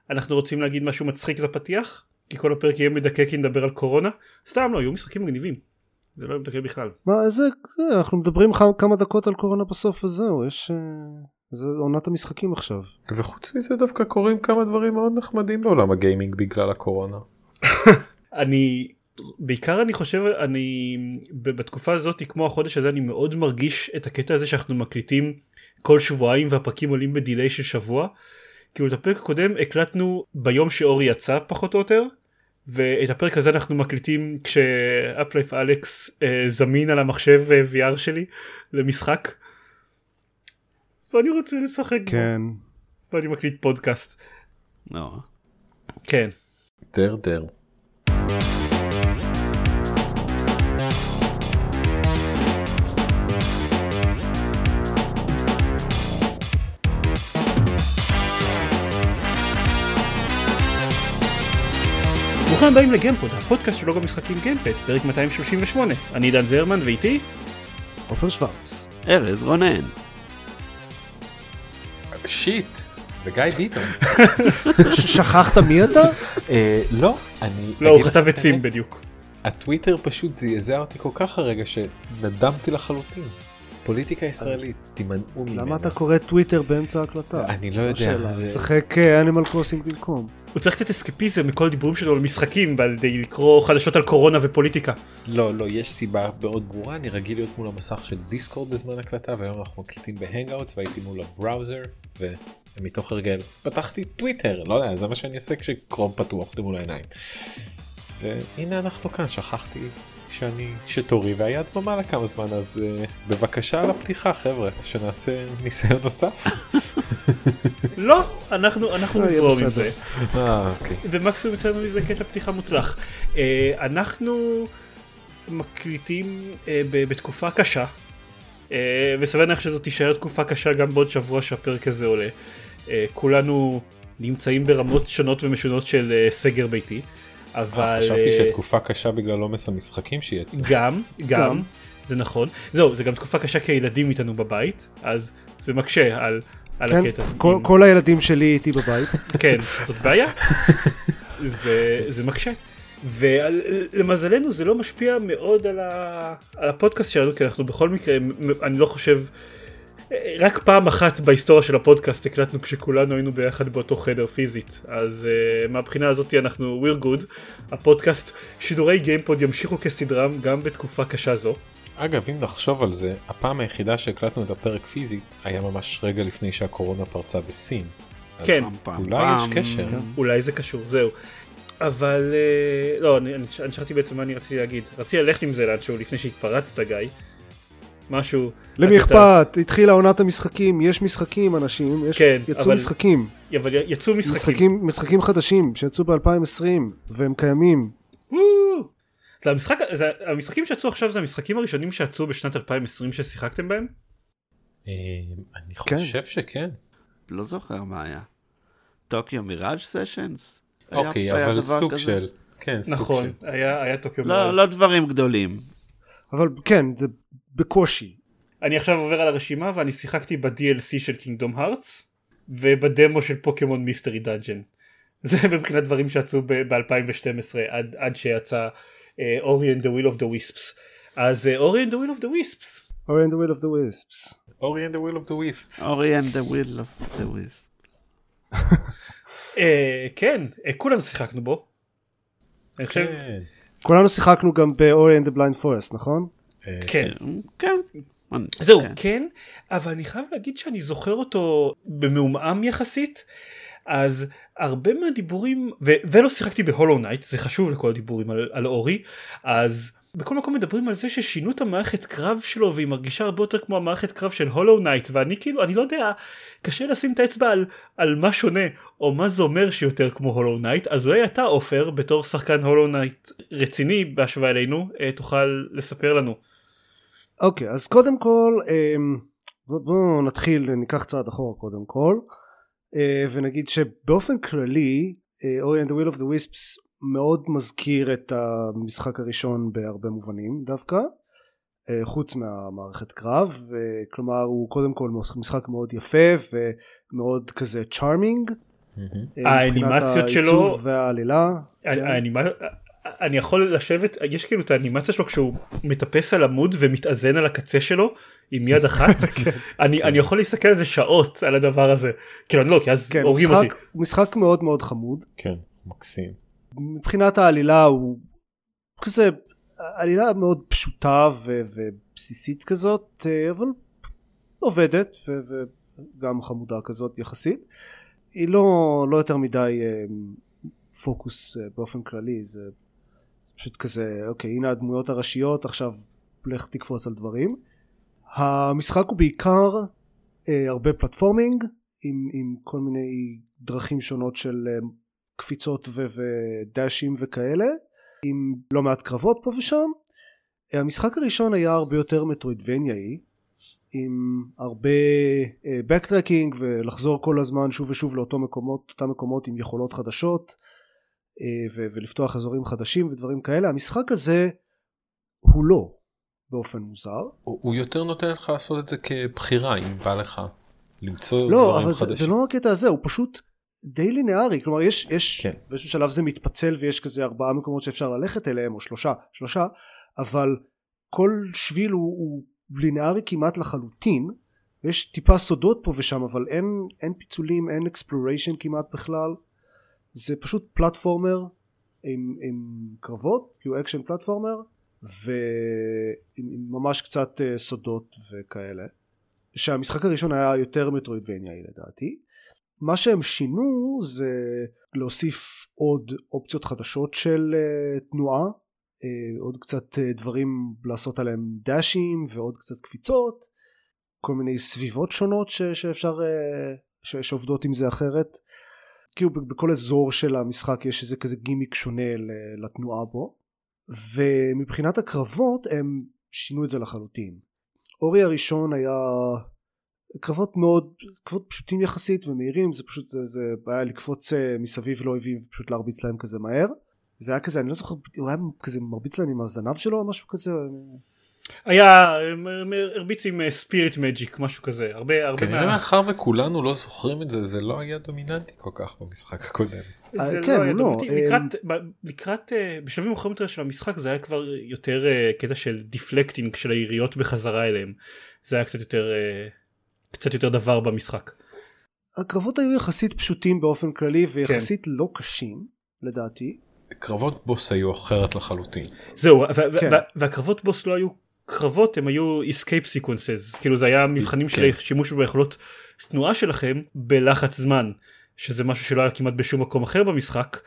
אנחנו רוצים להגיד משהו מצחיק לפתיח? כי כל הפרק יהיה מדכא כי נדבר על קורונה? סתם לא, יהיו משחקים מגניבים. זה לא מדכא בכלל. מה, איזה, אנחנו מדברים כמה דקות על קורונה בסוף וזהו, יש... זה עונת המשחקים עכשיו. וחוץ מזה דווקא קורים כמה דברים מאוד נחמדים בעולם הגיימינג בגלל הקורונה. בעיקר אני חושב, בתקופה הזאת, כמו החודש הזה, אני מאוד מרגיש את הקטע הזה שאנחנו מקליטים כל שבועיים והפרקים עולים בדילי של שבוע. כאילו את הפרק הקודם הקלטנו ביום שאורי יצא פחות או יותר, ואת הפרק הזה אנחנו מקליטים כשאפלייף אלכס זמין על המחשב VR שלי למשחק. ואני רוצה לשחק כן. בו. ואני מקליט פודקאסט. לא. כן. דר. ברוכים הבאים לגיימפוד, הפודקאסט של לוגו משחקים גיימפד, פרק 238. אני דן זרמן ואיתי עופר שוורץ, ארז רונן. שיט, וגיא ביטון. שכחת מי אתה? לא, אני... לא, הוא חטב עצים בדיוק. הטוויטר פשוט זעזע אותי כל כך הרגע שנדמתי לחלוטין. פוליטיקה ישראלית, תימנעו ממנה. למה אתה קורא טוויטר באמצע ההקלטה? אני לא יודע. שחק אנימל קרוסינג במקום. הוא צריך קצת אסקפיזם מכל הדיבורים שלו על משחקים, כדי לקרוא חדשות על קורונה ופוליטיקה. לא, יש סיבה מאוד ברורה, אני רגיל להיות מול המסך של דיסקורד בזמן הקלטה, והיום אנחנו מקליטים בהנגאוטס, והייתי מול הבראוזר, ומתוך הרגל פתחתי טוויטר, לא יודע, זה מה שאני עושה כשקרום פתוח מול העיניים. והנה אנחנו כאן, שכחתי שתורי והיד דממה לכמה זמן, אז בבקשה על הפתיחה חבר'ה, שנעשה ניסיון נוסף. לא, אנחנו נזרום עם זה. אוקיי. ומקסימום יצאנו מזה קטע פתיחה מוצלח. אנחנו מקליטים בתקופה קשה, וסביר לך שזאת תישאר תקופה קשה גם בעוד שבוע שהפרק הזה עולה. כולנו נמצאים ברמות שונות ומשונות של סגר ביתי. אבל... חשבתי שתקופה קשה בגלל עומס המשחקים שיצאו. גם, זה נכון. זהו, זה גם תקופה קשה כי הילדים איתנו בבית, אז זה מקשה על הקטע. כל הילדים שלי איתי בבית. כן, זאת בעיה. זה מקשה. ולמזלנו זה לא משפיע מאוד על הפודקאסט שלנו, כי אנחנו בכל מקרה, אני לא חושב... רק פעם אחת בהיסטוריה של הפודקאסט הקלטנו כשכולנו היינו ביחד באותו חדר פיזית, אז מהבחינה הזאת אנחנו we're good. הפודקאסט שידורי גיימפוד ימשיכו כסדרם גם בתקופה קשה זו. אגב, אם נחשוב על זה, הפעם היחידה שהקלטנו את הפרק פיזית היה ממש רגע לפני שהקורונה פרצה בסין. כן. אז אולי יש קשר. אולי זה קשור, זהו. אבל לא, אני שכחתי בעצם מה אני רציתי להגיד. רציתי ללכת עם זה לאנשהו לפני שהתפרצת גיא. משהו... למי אכפת? התחילה עונת המשחקים, יש משחקים אנשים, יצאו משחקים. אבל יצאו משחקים. משחקים חדשים שיצאו ב-2020 והם קיימים. המשחקים שיצאו עכשיו זה המשחקים הראשונים שיצאו בשנת 2020 ששיחקתם בהם? אני חושב שכן. לא זוכר מה היה. טוקיו מיראז' סשנס? אוקיי, אבל סוג של... נכון, היה טוקיו מיראז'. לא דברים גדולים. אבל כן, זה בקושי. אני עכשיו עובר על הרשימה ואני שיחקתי ב-DLC של קינגדום הארטס ובדמו של פוקימון מיסטרי דאנג'ן. זה מבחינת דברים שיצאו ב-2012 עד שיצא אורי and the Will of the Wisps. אז אורי and the Will of the Wisps. אורי and the Will of the Wisps. אורי and the Will of the Wisps. אורי and the Will of the Wisps. כן, כולנו שיחקנו בו. אני חושב... כולנו שיחקנו גם באורי and the Blind Forest, נכון? כן. כן. זהו, כן, אבל אני חייב להגיד שאני זוכר אותו במעומעם יחסית, אז הרבה מהדיבורים, ולא שיחקתי בהולו נייט, זה חשוב לכל הדיבורים על אורי, אז בכל מקום מדברים על זה ששינו את המערכת קרב שלו, והיא מרגישה הרבה יותר כמו המערכת קרב של הולו נייט, ואני כאילו, אני לא יודע, קשה לשים את האצבע על מה שונה, או מה זה אומר שיותר כמו הולו נייט, אז אולי אתה עופר, בתור שחקן הולו נייט רציני בהשוואה אלינו, תוכל לספר לנו. אוקיי, אז קודם כל, בואו נתחיל, ניקח צעד אחורה קודם כל, ונגיד שבאופן כללי, אורי and the Will of the Wisps מאוד מזכיר את המשחק הראשון בהרבה מובנים דווקא, חוץ מהמערכת קרב, כלומר הוא קודם כל משחק מאוד יפה ומאוד כזה צ'ארמינג, האנימציות שלו, העיצוב והעלילה. אני יכול לשבת, יש כאילו את האנימציה שלו כשהוא מטפס על עמוד ומתאזן על הקצה שלו עם יד אחת, אני יכול להסתכל על זה שעות על הדבר הזה, כאילו אני לא, כי אז הורגים אותי. הוא משחק מאוד מאוד חמוד. כן, מקסים. מבחינת העלילה הוא כזה, עלילה מאוד פשוטה ובסיסית כזאת, אבל עובדת וגם חמודה כזאת יחסית. היא לא יותר מדי פוקוס באופן כללי, זה פשוט כזה, אוקיי, הנה הדמויות הראשיות, עכשיו לך תקפוץ על דברים. המשחק הוא בעיקר הרבה פלטפורמינג, עם כל מיני דרכים שונות של קפיצות ודאשים וכאלה, עם לא מעט קרבות פה ושם. המשחק הראשון היה הרבה יותר מטרוידבניאי, עם הרבה backtracking ולחזור כל הזמן שוב ושוב לאותם מקומות עם יכולות חדשות, ולפתוח אזורים חדשים ודברים כאלה. המשחק הזה הוא לא באופן מוזר. הוא יותר נותן לך לעשות את זה כבחירה, אם בא לך למצוא לא, דברים אבל חדשים. זה לא הקטע הזה, הוא פשוט די לינארי. כלומר יש באיזשהו שלב זה מתפצל ויש כזה 4 מקומות שאפשר ללכת אליהם, או 3, אבל כל שביל הוא לינארי כמעט לחלוטין. יש טיפה סודות פה ושם, אבל אין פיצולים, אין exploration כמעט בכלל. זה פשוט פלטפורמר עם קרבות, כי הוא אקשן פלטפורמר, ועם ממש קצת סודות וכאלה. שהמשחק הראשון היה יותר מטרוידבניאי לדעתי. מה שהם שינו זה להוסיף עוד אופציות חדשות של תנועה, עוד קצת דברים לעשות עליהם דאשים ועוד קצת קפיצות, כל מיני סביבות שונות שאפשר, שעובדות עם זה אחרת. כאילו בכל אזור של המשחק יש איזה כזה גימיק שונה לתנועה בו, ומבחינת הקרבות הם שינו את זה לחלוטין. אורי הראשון היה קרבות פשוטים יחסית ומהירים, זה פשוט זה היה לקפוץ מסביב לאויבים ופשוט להרביץ להם כזה מהר. זה היה כזה, אני לא זוכר, הוא היה כזה מרביץ להם עם הזנב שלו או משהו כזה. היה הרביץ עם ספיריט מג'יק, משהו כזה, הרבה כנראה מאחר וכולנו לא זוכרים את זה, זה לא היה דומיננטי כל כך במשחק הקודם. כן, הוא לא. לקראת, בשלבים מאוחרים יותר של המשחק, זה היה כבר יותר קטע של דיפלקטינג של היריות בחזרה אליהם. זה היה קצת יותר דבר במשחק. הקרבות היו יחסית פשוטים באופן כללי, ויחסית לא קשים, לדעתי. קרבות בוס היו אחרת לחלוטין. זהו, והקרבות בוס לא היו קרבות, הם היו escape sequences, כאילו זה היה מבחנים של שימוש ביכולות תנועה שלכם בלחץ זמן, שזה משהו שלא היה כמעט בשום מקום אחר במשחק,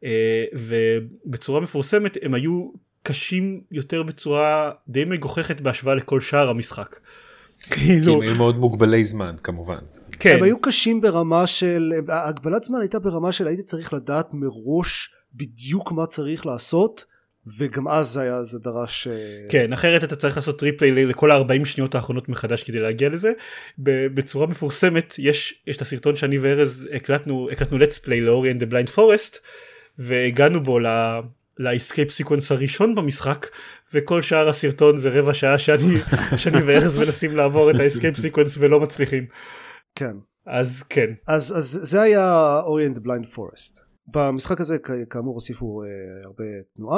ובצורה מפורסמת הם היו קשים יותר בצורה די מגוחכת בהשוואה לכל שאר המשחק. כי הם היו מאוד מוגבלי זמן כמובן. הם היו קשים ברמה של, הגבלת זמן הייתה ברמה של הייתי צריך לדעת מראש בדיוק מה צריך לעשות, וגם אז זה דרש... כן, אחרת אתה צריך לעשות טריפלי לכל 40 שניות האחרונות מחדש כדי להגיע לזה. בצורה מפורסמת, יש את הסרטון שאני וארז הקלטנו let's play לאורי and the blind forest, והגענו בו לאסקייפ סיקוונס הראשון במשחק, וכל שאר הסרטון זה רבע שעה שאני וארז מנסים לעבור את האסקייפ סיקוונס ולא מצליחים. כן. אז כן. אז זה היה אורי and the blind forest. במשחק הזה כאמור הוסיפו הרבה תנועה.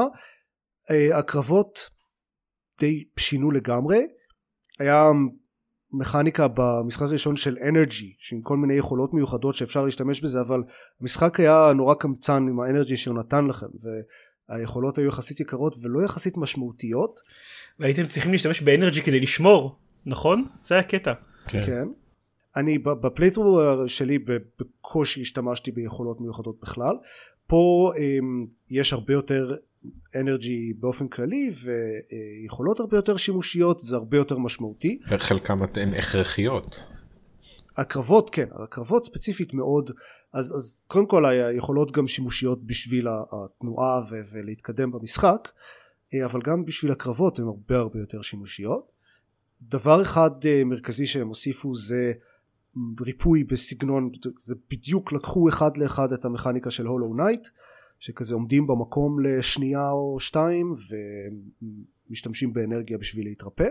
הקרבות די שינו לגמרי. היה מכניקה במשחק הראשון של אנרגי, עם כל מיני יכולות מיוחדות שאפשר להשתמש בזה, אבל המשחק היה נורא קמצן עם האנרגי שהוא נתן לכם, והיכולות היו יחסית יקרות ולא יחסית משמעותיות. והייתם צריכים להשתמש באנרגי כדי לשמור, נכון? זה היה קטע. כן. אני בפליית'רו שלי בקושי השתמשתי ביכולות מיוחדות בכלל. פה יש הרבה יותר אנרגי באופן כללי, ויכולות הרבה יותר שימושיות, זה הרבה יותר משמעותי. וחלקם הן הכרחיות. הקרבות, כן, הקרבות ספציפית מאוד, אז קודם כל היכולות גם שימושיות בשביל התנועה ולהתקדם במשחק, אבל גם בשביל הקרבות הן הרבה יותר שימושיות. דבר אחד מרכזי שהם הוסיפו זה ריפוי בסגנון, זה בדיוק לקחו אחד לאחד את המכניקה של הולו נייט, שכזה עומדים במקום לשנייה או שתיים ומשתמשים באנרגיה בשביל להתרפא.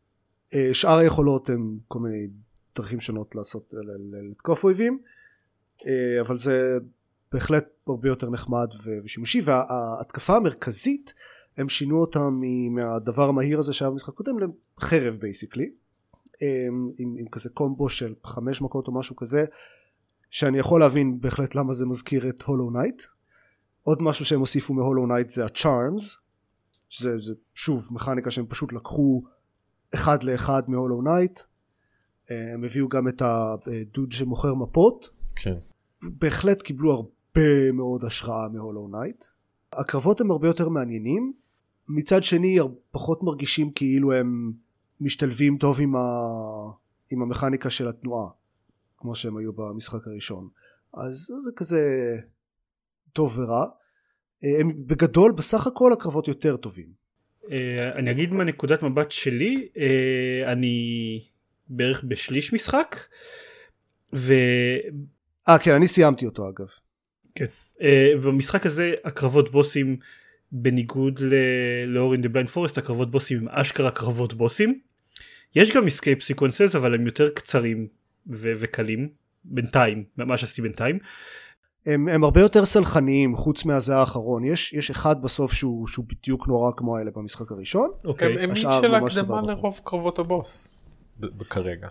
שאר היכולות הן כל מיני דרכים שונות לעשות, לתקוף אויבים. אבל זה בהחלט הרבה יותר נחמד ושימושי, וההתקפה המרכזית הם שינו אותה מהדבר המהיר הזה שהיה במשחק קודם לחרב בייסיקלי, עם כזה קומבו של 5 מכות או משהו כזה, שאני יכול להבין בהחלט למה זה מזכיר את הולו נייט. עוד משהו שהם הוסיפו מהולו נייט זה הצ'ארמס, שזה שוב מכניקה שהם פשוט לקחו אחד לאחד מהולו נייט. הם הביאו גם את הדוד שמוכר מפות, כן. בהחלט קיבלו הרבה מאוד השראה מהולו נייט. הקרבות הם הרבה יותר מעניינים, מצד שני פחות מרגישים כאילו הם משתלבים טוב עם המכניקה של התנועה, כמו שהם היו במשחק הראשון. אז זה כזה טוב ורע. הם בגדול בסך הכל הקרבות יותר טובים. אני אגיד מהנקודת מבט שלי, אני בערך בשליש משחק, כן, אני סיימתי אותו אגב. כן, במשחק הזה הקרבות בוסים, בניגוד ל-Ori and the Blind Forest, הקרבות בוסים הם אשכרה קרבות בוסים. יש גם escape sequences, אבל הם יותר קצרים וקלים, בינתיים, מה שעשיתי בינתיים. הם הרבה יותר סלחניים חוץ מהזה האחרון. יש אחד בסוף שהוא בדיוק נורא כמו האלה במשחק הראשון. הם מין של הקדמה לרוב קרבות הבוס כרגע.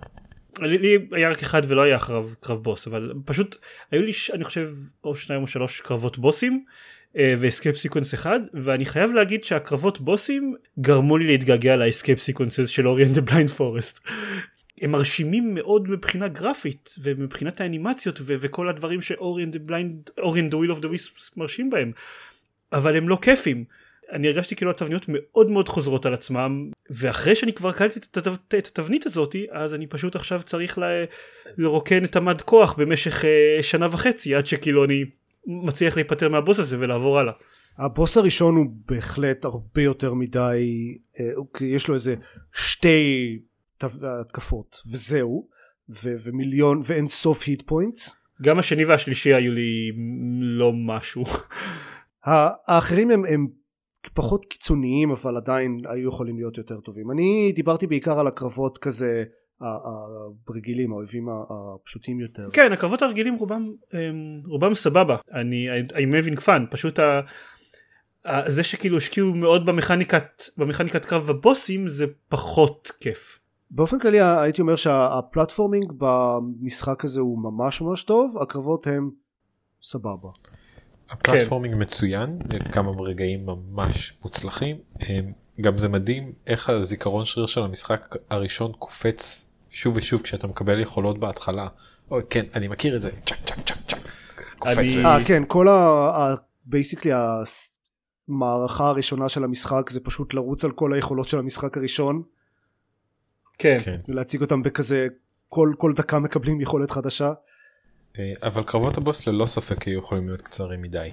לי היה רק אחד ולא היה אחריו קרב בוס, אבל פשוט היו לי אני חושב או 2 או 3 קרבות בוסים ואסקייפ סיקוונס אחד, ואני חייב להגיד שהקרבות בוסים גרמו לי להתגעגע לאסקייפ סיקונסס של Ori and the Blind Forest. הם מרשימים מאוד מבחינה גרפית ומבחינת האנימציות וכל הדברים ש-Ori and the Will of the Wisps מרשים בהם, אבל הם לא כיפים. אני הרגשתי כאילו התבניות מאוד מאוד חוזרות על עצמם, ואחרי שאני כבר קלטתי את התבנית הזאת, אז אני פשוט עכשיו צריך לרוקן את המד כוח במשך 1.5 שנה, עד שכאילו אני מצליח להיפטר מהבוס הזה ולעבור הלאה. הבוס הראשון הוא בהחלט הרבה יותר מדי, יש לו איזה 2 התקפות וזהו, ומיליון ואין סוף היט פוינטס. גם השני והשלישי היו לי לא משהו. האחרים הם פחות קיצוניים, אבל עדיין היו יכולים להיות יותר טובים. אני דיברתי בעיקר על הקרבות כזה הרגילים, האויבים הפשוטים יותר. כן, הקרבות הרגילים רובם סבבה. אני מבין פאן, פשוט זה שכאילו השקיעו מאוד במכניקת קרב הבוסים, זה פחות כיף. באופן כללי הייתי אומר שהפלטפורמינג במשחק הזה הוא ממש ממש טוב, הקרבות הם סבבה. הפלטפורמינג מצוין, כמה רגעים ממש מוצלחים, גם זה מדהים איך הזיכרון שריר של המשחק הראשון קופץ שוב ושוב כשאתה מקבל יכולות בהתחלה. כן, אני מכיר את זה, צ'ק צ'ק צ'ק צ'ק, קופץ. כן, כל basically המערכה הראשונה של המשחק זה פשוט לרוץ על כל היכולות של המשחק הראשון. כן. ולהציג אותם בכזה, כל דקה מקבלים יכולת חדשה. אבל קרבות הבוס ללא ספק היו יכולים להיות קצרים מדי.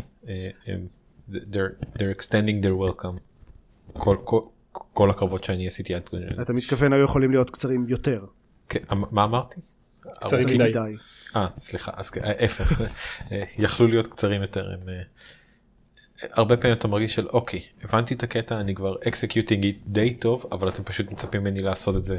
They're extending their welcome. כל הקרבות שאני עשיתי עד כה. אתה מתכוון היו יכולים להיות קצרים יותר. מה אמרתי? קצרים מדי. סליחה, אז ההפך. יכלו להיות קצרים יותר. הרבה פעמים אתה מרגיש של אוקיי, הבנתי את הקטע, אני כבר executing it די טוב, אבל אתם פשוט מצפים ממני לעשות את זה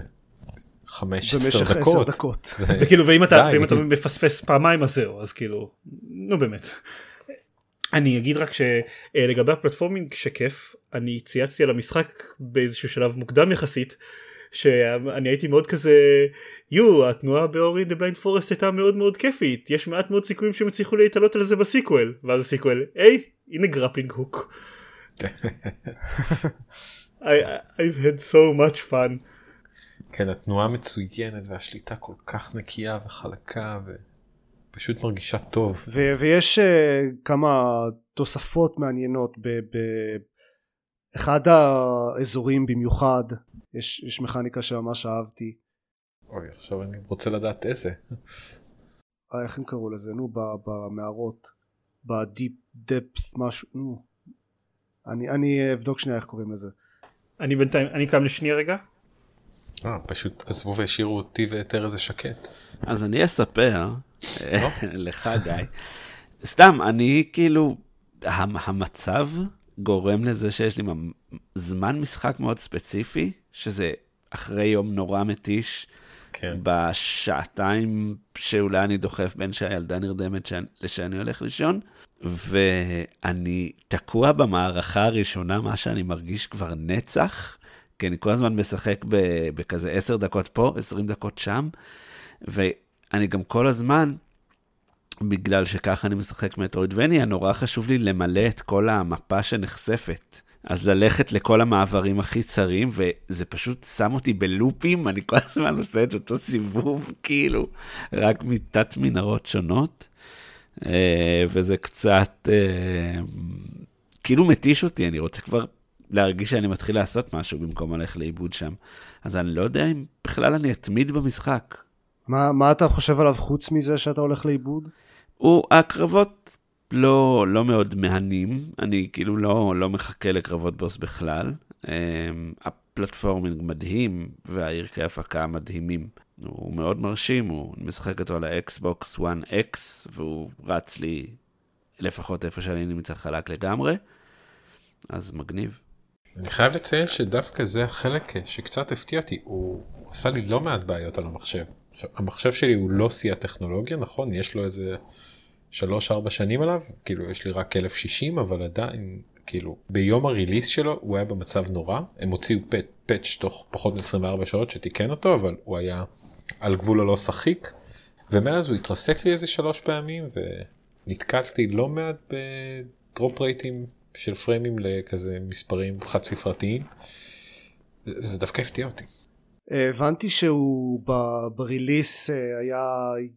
15 דקות. וכאילו, ואם אתה מפספס פעמיים אז זהו, אז כאילו, נו באמת. אני אגיד רק שלגבי הפלטפורמינג שכיף, אני צייצתי על המשחק באיזשהו שלב מוקדם יחסית, שאני הייתי מאוד כזה, התנועה ב-Ori and the Blind Forest הייתה מאוד מאוד כיפית, יש מעט מאוד סיכויים שהם הצליחו להתעלות על זה בסיקוול, ואז הסיקוול, הנה גרפלינג הוק. I've had so much fun. כן, התנועה מצוינת והשליטה כל כך נקייה וחלקה ופשוט מרגישה טוב. ויש כמה תוספות מעניינות באחד האזורים במיוחד, יש מכניקה שממש אהבתי. אוי, עכשיו אני רוצה לדעת איזה. איך הם קראו לזה? נו, במערות, בדיפ דפס משהו, נו. אני אבדוק שנייה איך קוראים לזה. אני בינתיים, אני קם לשנייה רגע. פשוט עזבו והשאירו אותי ויתר איזה שקט. אז אני אספר לך גיא. סתם, אני כאילו, המצב גורם לזה שיש לי זמן משחק מאוד ספציפי, שזה אחרי יום נורא מתיש, כן. בשעתיים שאולי אני דוחף בין שהילדה נרדמת לשאני הולך לישון, ואני תקוע במערכה הראשונה, מה שאני מרגיש כבר נצח, כי אני כל הזמן משחק בכזה 10 דקות פה, 20 דקות שם, ואני גם כל הזמן, בגלל שככה אני משחק מטרוידבניה, נורא חשוב לי למלא את כל המפה שנחשפת. אז ללכת לכל המעברים הכי צרים, וזה פשוט שם אותי בלופים, אני כל הזמן עושה את אותו סיבוב, כאילו, רק מתת מנהרות שונות, וזה קצת, כאילו מתיש אותי, אני רוצה כבר להרגיש שאני מתחיל לעשות משהו, במקום הולך לאיבוד שם. אז אני לא יודע אם בכלל אני אתמיד במשחק. מה אתה חושב עליו חוץ מזה שאתה הולך לאיבוד? הקרבות לא מאוד מהנים, אני כאילו לא מחכה לקרבות בוס בכלל. הפלטפורמינג מדהים, והערכי הפקה מדהימים. הוא מאוד מרשים, הוא משחק אותו על האקסבוקס 1X, והוא רץ לי לפחות איפה שאני נמצא חלק לגמרי, אז מגניב. אני חייב לציין שדווקא זה החלק שקצת הפתיע אותי, הוא עשה לי לא מעט בעיות על המחשב. המחשב שלי הוא לא שיא הטכנולוגיה, נכון? יש לו איזה 3-4 שנים עליו, כאילו יש לי רק 1060, אבל עדיין, כאילו, ביום הריליס שלו הוא היה במצב נורא, הם הוציאו פאץ' תוך פחות מ-24 שעות שתיקן אותו, אבל הוא היה על גבול הלא שחיק, ומאז הוא התרסק לי איזה 3 פעמים, ונתקלתי לא מעט בדרופ רייטים של פריימים לכזה מספרים חד ספרתיים, וזה דווקא הפתיע אותי. הבנתי שהוא בריליס היה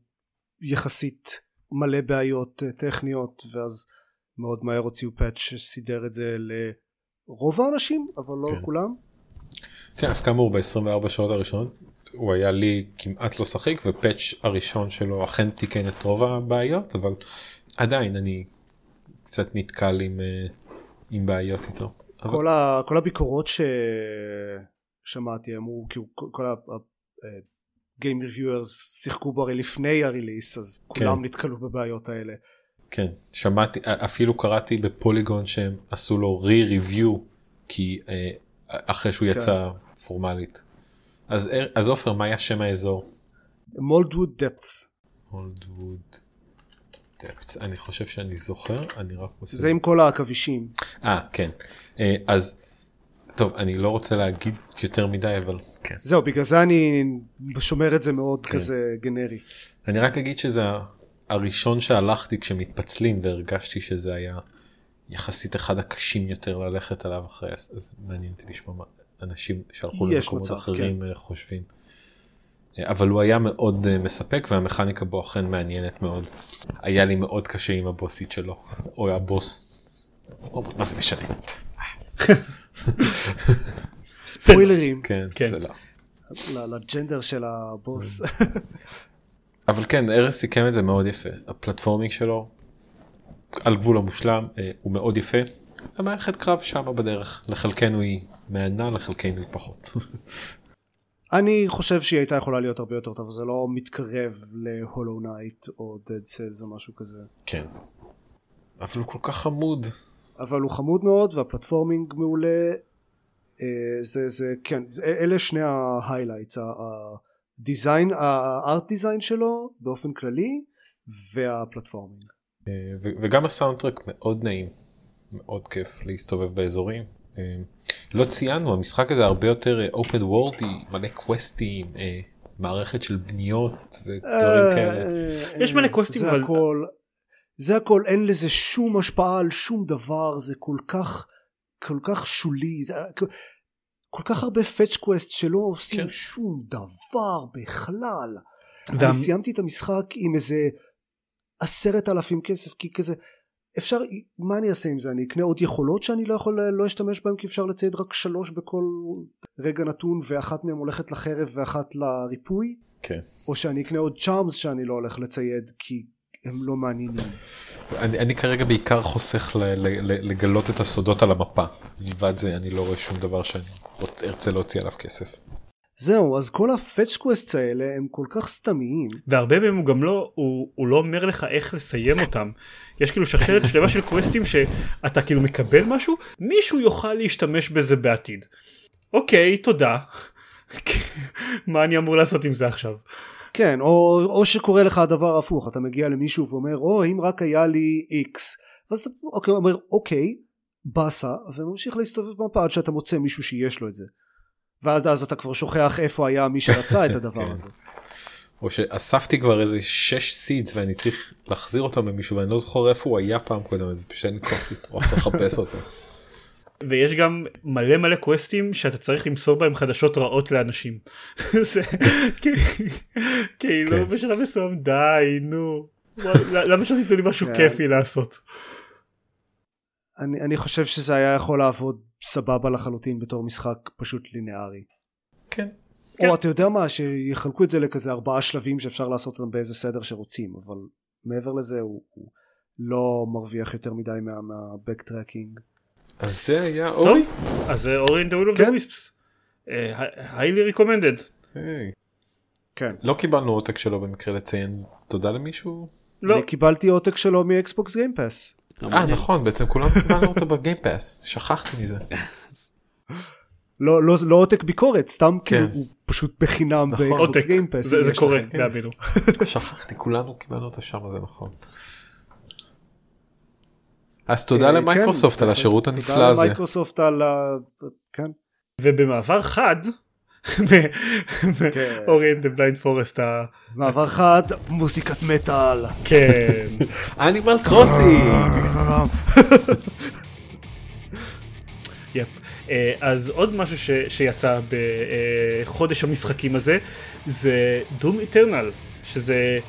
יחסית מלא בעיות טכניות, ואז מאוד מהר הוציאו פאץ' שסידר את זה לרוב האנשים, אבל לא לכולם. כן, אז כאמור ב-24 שעות הראשונות הוא היה לי כמעט לא שחיק, ופאץ' הראשון שלו אכן תיקן את רוב הבעיות, אבל עדיין אני קצת נתקל עם בעיות איתו. כל הביקורות ששמעתי אמרו, כי כל הגיים ריוויורס שיחקו בו הרי לפני הריליס, אז כולם נתקלו בבעיות האלה. כן, שמעתי, אפילו קראתי בפוליגון שהם עשו לו re-review, כי אחרי שהוא יצא פורמלית. אז אופר, מה היה שם האזור? מולדווד דפס. מולדווד דפס, אני חושב שאני זוכר, אני רק רוצה... זה עם כל העכבישים. כן. אז, טוב, אני לא רוצה להגיד יותר מדי, אבל כן. זהו, בגלל זה אני שומר את זה מאוד כזה גנרי. אני רק אגיד שזה הראשון שהלכתי כשמתפצלים, והרגשתי שזה היה יחסית אחד הקשים יותר ללכת עליו אחרי, אז מעניין אותי לשמוע מה אנשים שהלכו למקומות אחרים חושבים. אבל הוא היה מאוד מספק, והמכניקה בו אכן מעניינת מאוד. היה לי מאוד קשה עם הבוסית שלו, או הבוס, מה זה משנה? ספוילרים. כן, זה לא. לג'נדר של הבוס. אבל כן, ארז סיכם את זה מאוד יפה. הפלטפורמינג שלו, על גבול המושלם, הוא מאוד יפה. המערכת קרב שם בדרך. לחלקנו היא מענה, לחלקנו היא פחות. אני חושב שהיא הייתה יכולה להיות הרבה יותר טוב, זה לא מתקרב להולו נייט או דד סלס או משהו כזה. כן. אבל הוא כל כך חמוד. אבל הוא חמוד מאוד, והפלטפורמינג מעולה. כן, אלה שני ההיילייטס, הדיזיין, הארט דיזיין שלו באופן כללי, והפלטפורמינג. וגם הסאונדטרק מאוד נעים, מאוד כיף להסתובב באזורים. לא ציינו, המשחק הזה הרבה יותר open world, מלא קווסטים, מערכת של בניות ודברים כאלה. יש מלא קווסטים, אבל... זה הכל, אין לזה שום השפעה על שום דבר, זה כל כך שולי, זה כל כך הרבה פאץ' קווסט שלא עושים שום דבר בכלל. אני סיימתי את המשחק עם איזה 10,000 כסף, כי כזה, אפשר, מה אני אעשה עם זה? אני אקנה עוד יכולות שאני לא יכול לא אשתמש בהם, כי אפשר לצייד רק 3 בכל רגע נתון, ואחת מהם הולכת לחרב ואחת לריפוי, או שאני אקנה עוד צ'ארמס שאני לא הולך לצייד, כי הם לא מעניינים. אני כרגע בעיקר חוסך לגלות את הסודות על המפה. מלבד זה אני לא רואה שום דבר שאני ארצה להוציא עליו כסף. זהו, אז כל הפאץ' קווסטס האלה הם כל כך סתמיים. והרבה מהם הוא גם לא, הוא לא אומר לך איך לסיים אותם. יש כאילו שרשרת שלמה של קווסטים שאתה כאילו מקבל משהו, מישהו יוכל להשתמש בזה בעתיד. אוקיי, תודה. מה אני אמור לעשות עם זה עכשיו? כן, או שקורה לך הדבר הפוך, אתה מגיע למישהו ואומר, אם רק היה לי X, ואז אתה אומר, אוקיי, בסה, וממשיך להסתובב במפה עד שאתה מוצא מישהו שיש לו את זה. ואז אתה כבר שוכח איפה היה מי שרצה את הדבר הזה. או שאספתי כבר איזה 6 סידס ואני צריך להחזיר אותם ממישהו ואני לא זוכר איפה הוא היה פעם קודם, ופשוט אני כוח לטרוח לחפש אותו. ויש גם מלא קווסטים שאתה צריך למסור בהם חדשות רעות לאנשים. זה כאילו בשלב מסוים די נו, למה שלא תיתנו לי משהו כיפי לעשות? אני חושב שזה היה יכול לעבוד סבבה לחלוטין בתור משחק פשוט לינארי. כן. או אתה יודע מה, שיחלקו את זה לכזה 4 שלבים שאפשר לעשות אותם באיזה סדר שרוצים, אבל מעבר לזה הוא לא מרוויח יותר מדי מהבקטרקינג. אז זה היה אורי? טוב, אז זה אורי and the Will of the Wisps. highly recommended. כן. לא קיבלנו עותק שלו במקרה לציין תודה למישהו? לא. אני קיבלתי עותק שלו מאקסבוקס גיימפאס. נכון, בעצם כולנו קיבלנו אותו בגיימפאס, שכחתי מזה. לא עותק ביקורת, סתם כאילו הוא פשוט בחינם באקסבוקס גיימפאס. זה קורה, להבינו. שכחתי, כולנו קיבלנו אותו שם, זה נכון. אז תודה למייקרוסופט על השירות הנפלא הזה. תודה למייקרוסופט על כן. ובמעבר חד, אורי and the Blind Forest. מעבר חד, מוזיקת מטל. כן. אנימל קרוסינג. יפ. אז עוד משהו שיצא בחודש המשחקים הזה, זה דום איטרנל, שזה...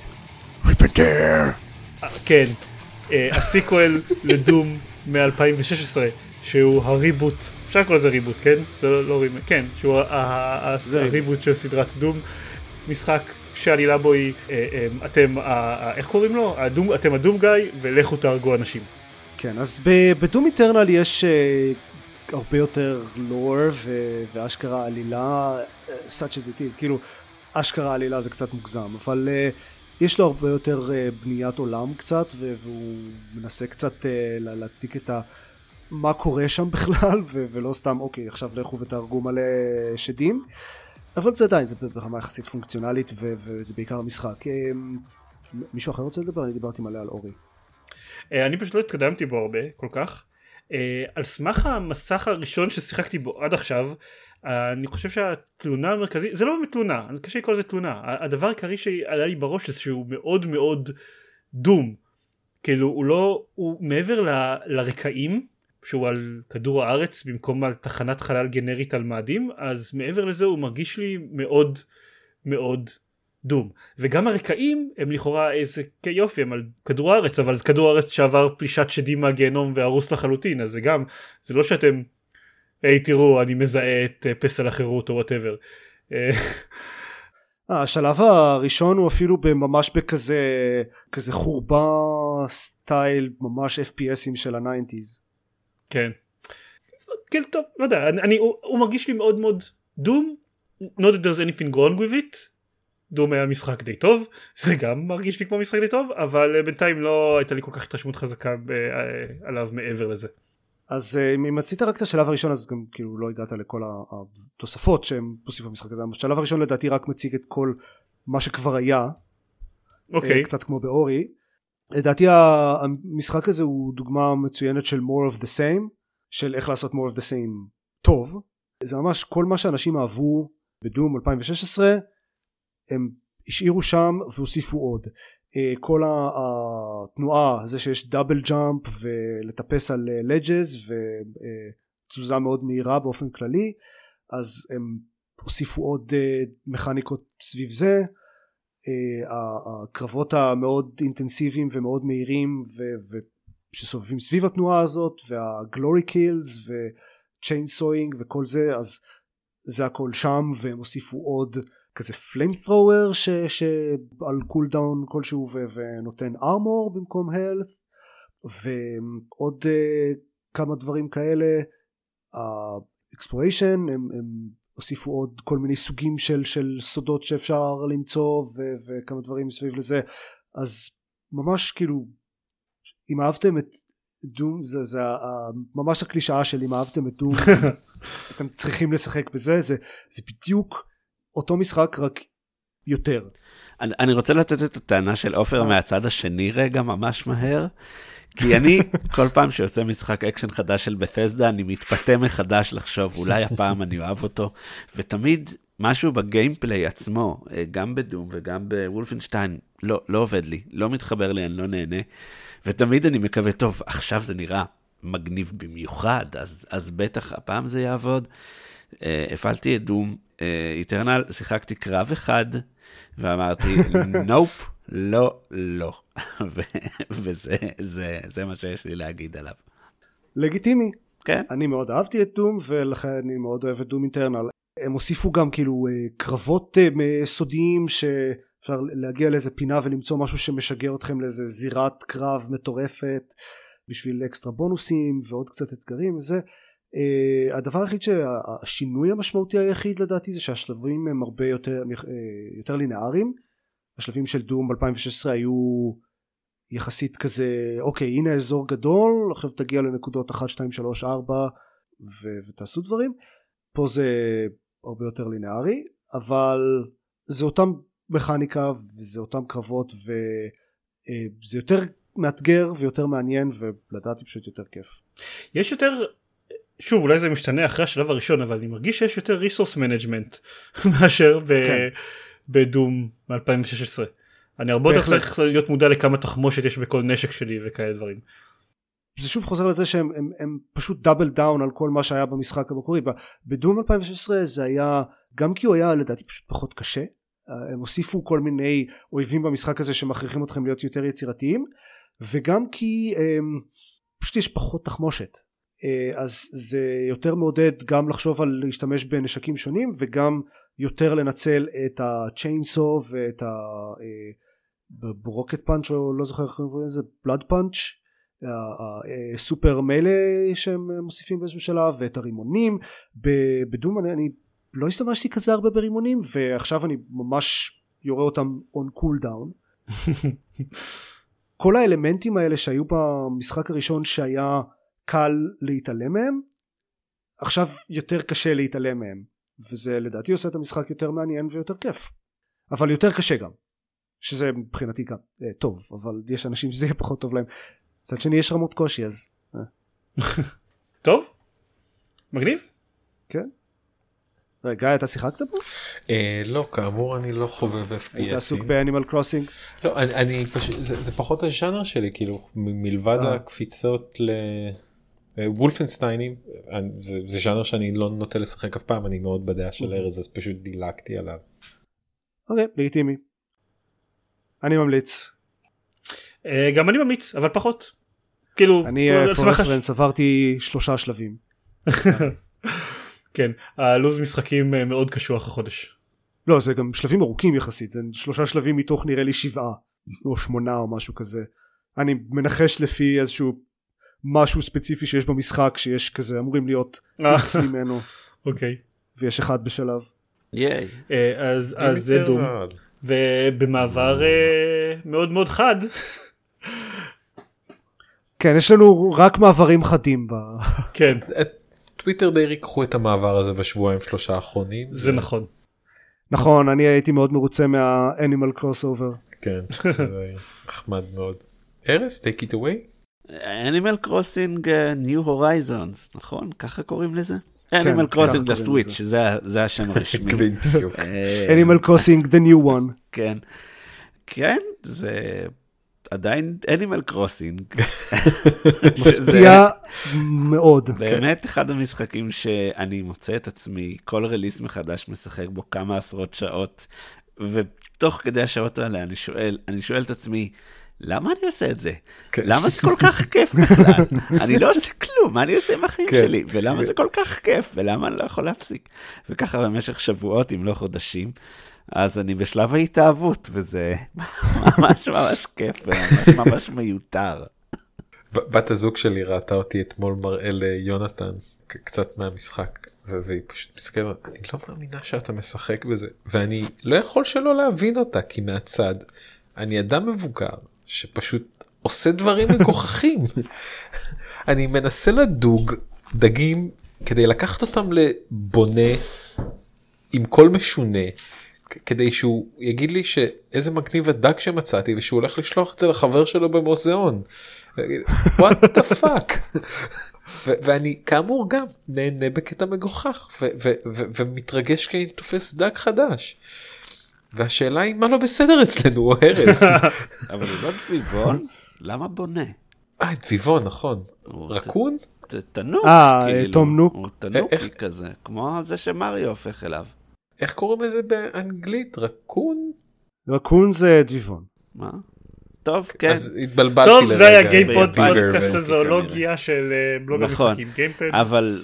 כן. הסיקוול לדום מ-2016 שהוא הריבוט, אפשר לקרוא לזה ריבוט, כן? זה לא ריבוט, כן, שהוא הריבוט של סדרת דום, משחק שעלילה בו היא, אתם, איך קוראים לו? אתם הדום גיא ולכו תהרגו אנשים. כן, אז בדום איטרנל יש הרבה יותר לור ואשכרה עלילה, such as it is, כאילו אשכרה עלילה זה קצת מוגזם, אבל... יש לו הרבה יותר בניית עולם קצת, והוא מנסה קצת להצדיק את מה קורה שם בכלל, ולא סתם, אוקיי, עכשיו לכו ותהרגו מלא שדים, אבל זה עדיין, זה ברמה יחסית פונקציונלית, וזה בעיקר המשחק. מישהו אחר רוצה לדבר? אני דיברתי מלא על אורי. אני פשוט לא התקדמתי בו הרבה, כל כך. על סמך המסך הראשון ששיחקתי בו עד עכשיו, אני חושב שהתלונה המרכזית, זה לא באמת תלונה, אני קשה לקרוא לזה תלונה, הדבר העיקרי שעלה לי בראש זה שהוא מאוד מאוד דום, כאילו הוא מעבר לרקעים, שהוא על כדור הארץ במקום על תחנת חלל גנרית על מאדים, אז מעבר לזה הוא מרגיש לי מאוד מאוד דום, וגם הרקעים הם לכאורה איזה יופי, הם על כדור הארץ, אבל זה כדור הארץ שעבר פלישת שדים מהגיהנום והרוס לחלוטין, אז זה גם, זה לא שאתם היי תראו אני מזהה את פסל החירות או whatever. השלב הראשון הוא אפילו ממש בכזה חורבה סטייל ממש FPSים של ה-90s. כן. כן טוב, לא יודע, הוא מרגיש לי מאוד מאוד דום, not that there's anything wrong with it, דום היה משחק די טוב, זה גם מרגיש לי כמו משחק די טוב, אבל בינתיים לא הייתה לי כל כך התרשמות חזקה עליו מעבר לזה. אז אם מצאת רק את השלב הראשון אז גם כאילו לא הגעת לכל התוספות שהם הוסיפו במשחק הזה. השלב הראשון לדעתי רק מציג את כל מה שכבר היה, קצת כמו באורי. לדעתי המשחק הזה הוא דוגמה מצוינת של more of the same, של איך לעשות more of the same טוב. זה ממש כל מה שאנשים אהבו בדום 2016 הם השאירו שם והוסיפו עוד. כל התנועה, זה שיש דאבל ג'אמפ ולטפס על לג'ז ותזוזה מאוד מהירה באופן כללי, אז הם הוסיפו עוד מכניקות סביב זה. הקרבות המאוד אינטנסיביים ומאוד מהירים שסובבים סביב התנועה הזאת, והגלורי קילס וצ'יינסוינג וכל זה, אז זה הכל שם, והם הוסיפו עוד כזה פליים ת'רוור שעל קולדאון כלשהו ונותן ארמור במקום הלת, ועוד כמה דברים כאלה. האקספלוריישן הם הוסיפו עוד כל מיני סוגים של סודות שאפשר למצוא וכמה דברים מסביב לזה. אז ממש כאילו אם אהבתם את דום, זה ממש הקלישאה של אם אהבתם את דום אתם צריכים לשחק בזה. זה בדיוק אותו משחק רק יותר. אני רוצה לתת את הטענה של אופר מהצד השני רגע ממש מהר, כי אני כל פעם שיוצא משחק אקשן חדש של בתסדה, אני מתפתה מחדש לחשוב, אולי הפעם אני אוהב אותו, ותמיד משהו בגיימפליי עצמו, גם בדום וגם בוולפנשטיין, לא עובד לי, לא מתחבר לי, אני לא נהנה, ותמיד אני מקווה, טוב, עכשיו זה נראה מגניב במיוחד, אז בטח הפעם זה יעבוד. הפעלתי את דום איטרנל, שיחקתי קרב אחד, ואמרתי, נופ, לא. וזה מה שיש לי להגיד עליו. לגיטימי. כן. אני מאוד אהבתי את דום, ולכן אני מאוד אוהב את דום אינטרנל. הם הוסיפו גם כאילו קרבות סודיים, שאפשר להגיע לאיזה פינה ולמצוא משהו שמשגר אתכם לאיזה זירת קרב מטורפת, בשביל אקסטרה בונוסים ועוד קצת אתגרים וזה. הדבר היחיד שהשינוי המשמעותי היחיד לדעתי זה שהשלבים הם הרבה יותר לינאריים. השלבים של דום 2016 היו יחסית כזה, אוקיי, הנה אזור גדול, עכשיו תגיע לנקודות 1, 2, 3, 4 ותעשו דברים. פה זה הרבה יותר לינארי, אבל זה אותם מכניקה וזה אותם קרבות וזה יותר מאתגר ויותר מעניין, ולדעתי פשוט יותר כיף. יש יותר, שוב אולי זה משתנה אחרי השלב הראשון, אבל אני מרגיש שיש יותר resource management מאשר בדום מ-2016. אני הרבה יותר צריך להיות מודע לכמה תחמושת יש בכל נשק שלי וכאלה דברים. זה שוב חוזר לזה שהם פשוט דאבל דאון על כל מה שהיה במשחק המקורי. בדום 2016 זה היה, גם כי הוא היה לדעתי פשוט פחות קשה, הם הוסיפו כל מיני אויבים במשחק הזה שמכריחים אתכם להיות יותר יצירתיים, וגם כי פשוט יש פחות תחמושת, אז זה יותר מעודד גם לחשוב על להשתמש בנשקים שונים, וגם יותר לנצל את הצ'יינסו ואת ברוקט פאנץ' או לא זוכר איך קוראים לזה, בלאד פאנץ', הסופר מיילה שהם מוסיפים באיזשהו שלב, ואת הרימונים. בדום אני לא השתמשתי כזה הרבה ברימונים, ועכשיו אני ממש יורה אותם on cooldown. כל האלמנטים האלה שהיו במשחק הראשון שהיה קל להתעלם מהם, עכשיו יותר קשה להתעלם מהם, וזה לדעתי עושה את המשחק יותר מעניין ויותר כיף, אבל יותר קשה גם, שזה מבחינתי גם טוב, אבל יש אנשים שזה יהיה פחות טוב להם. מצד שני יש רמות קושי, אז טוב, מגניב. כן. רגע, אתה שיחקת בו? לא, כאמור אני לא חובב FPSים. היית עסוק באנימל קרוסינג? לא, אני פשוט, זה פחות הז'אנר שלי, כאילו, מלבד הקפיצות לוולפנשטיינים, זה ז'אנר שאני לא נוטה לשחק אף פעם, אני מאוד בדעה של ארז, אז פשוט דילגתי עליו. אוקיי, לגיטימי. אני ממליץ. גם אני ממליץ, אבל פחות. כאילו, אני for reference עברתי 3 שלבים. כן, הלוז משחקים מאוד קשוח החודש. לא, זה גם שלבים ארוכים יחסית, זה 3 שלבים מתוך נראה לי 7 או 8 או משהו כזה. אני מנחש לפי איזשהו משהו ספציפי שיש במשחק, שיש כזה, אמורים להיות איקס ממנו. אוקיי. ויש 1 בשלב. ייי. אז זה דום. ובמעבר מאוד מאוד חד. כן, יש לנו רק מעברים חדים. כן. טוויטר די ריקחו את המעבר הזה בשבועיים 3 האחרונים. זה נכון. נכון, אני הייתי מאוד מרוצה מה-Animal Crossover. כן, זה נחמד מאוד. ארז, take it away. Animal Crossing New Horizons, נכון? ככה קוראים לזה? Animal Crossing The Switch, זה השם הרשמי. Animal Crossing The New One. כן. כן, זה עדיין Animal Crossing. מפתיע מאוד. באמת אחד המשחקים שאני מוצא את עצמי, כל רליס מחדש משחק בו כמה עשרות שעות, ותוך כדי השעות האלה אני שואל את עצמי, למה אני עושה את זה? למה זה כל כך כיף בכלל? אני לא עושה כלום, מה אני עושה עם החיים שלי? ולמה זה כל כך כיף? ולמה אני לא יכול להפסיק? וככה במשך שבועות, אם לא חודשים, אז אני בשלב ההתאהבות, וזה ממש ממש כיף, וממש ממש מיותר. בת הזוג שלי ראתה אותי אתמול מראה ליונתן, קצת מהמשחק, והיא פשוט מסתכלת, אני לא מאמינה שאתה משחק בזה, ואני לא יכול שלא להבין אותה, כי מהצד, אני אדם מבוגר, שפשוט עושה דברים מגוחכים. אני מנסה לדוג דגים, כדי לקחת אותם לבונה, עם קול משונה, כדי שהוא יגיד לי שאיזה מגניב הדג שמצאתי, ושהוא הולך לשלוח את זה לחבר שלו במוזיאון. What the fuck? ואני כאמור גם נהנה בקטע מגוחך, ומתרגש כי אני תופס דג חדש. והשאלה היא מה לא בסדר אצלנו, הוא הרס. אבל הוא לא דביבון, למה בונה? דביבון, נכון. רקון? תנוק, תום נוק. הוא תנוקי כזה, כמו זה שמריו הופך אליו. איך קוראים לזה באנגלית? רקון? רקון זה דביבון. מה? טוב, כן. אז התבלבלתי טוב, זה היה גיימפוד ביגר פודקאסט הזואולוגיה של בלוג המשחקים. גיימפד. אבל...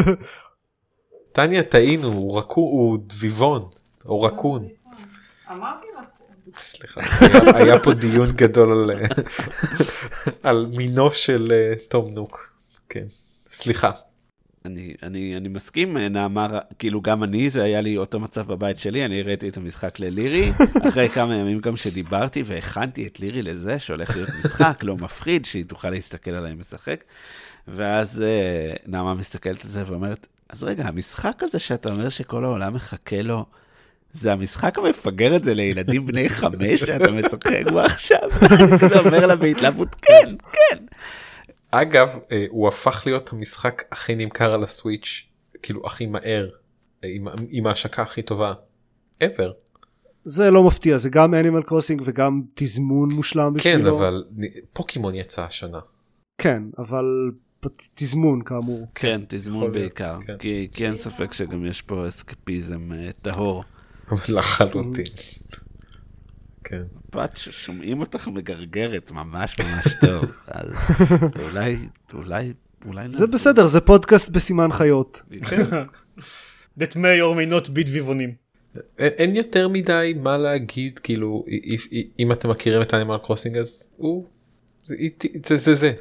טניה, טעינו, הוא דביבון, או רקון. אמרתי רקון. סליחה, היה פה דיון גדול על מינו של תום נוק. כן, סליחה. אני מסכים, נאמר, כאילו גם אני, זה היה לי אותו מצב בבית שלי, אני הראיתי את המשחק ללירי, אחרי כמה ימים גם שדיברתי, והכנתי את לירי לזה, שהולך להיות משחק, לא מפחיד, שהיא תוכל להסתכל עליי משחק, ואז נעמה מסתכלת על זה ואומרת, אז רגע, המשחק הזה שאתה אומר שכל העולם מחכה לו, זה המשחק המפגר את זה לילדים בני 5 שאתה משחק בו עכשיו? אני כזה אומר לה בהתלהבות, כן, כן. אגב, הוא הפך להיות המשחק הכי נמכר על הסוויץ', כאילו הכי מהר, עם ההשקה הכי טובה, ever. זה לא מפתיע, זה גם אנימל קרוסינג וגם תזמון מושלם בשבילו. כן, אבל פוקימון יצא השנה. כן, אבל תזמון כאמור. כן, תזמון בעיקר, כי אין ספק שגם יש פה אסקפיזם טהור. לחלוטין. כן. בת ששומעים אותך מגרגרת ממש ממש טוב, אז אולי זה בסדר, זה פודקאסט בסימן חיות. That may or may not be דביבונים. אין יותר מדי מה להגיד, כאילו, אם אתם מכירים את אנימל קרוסינג, אז זה.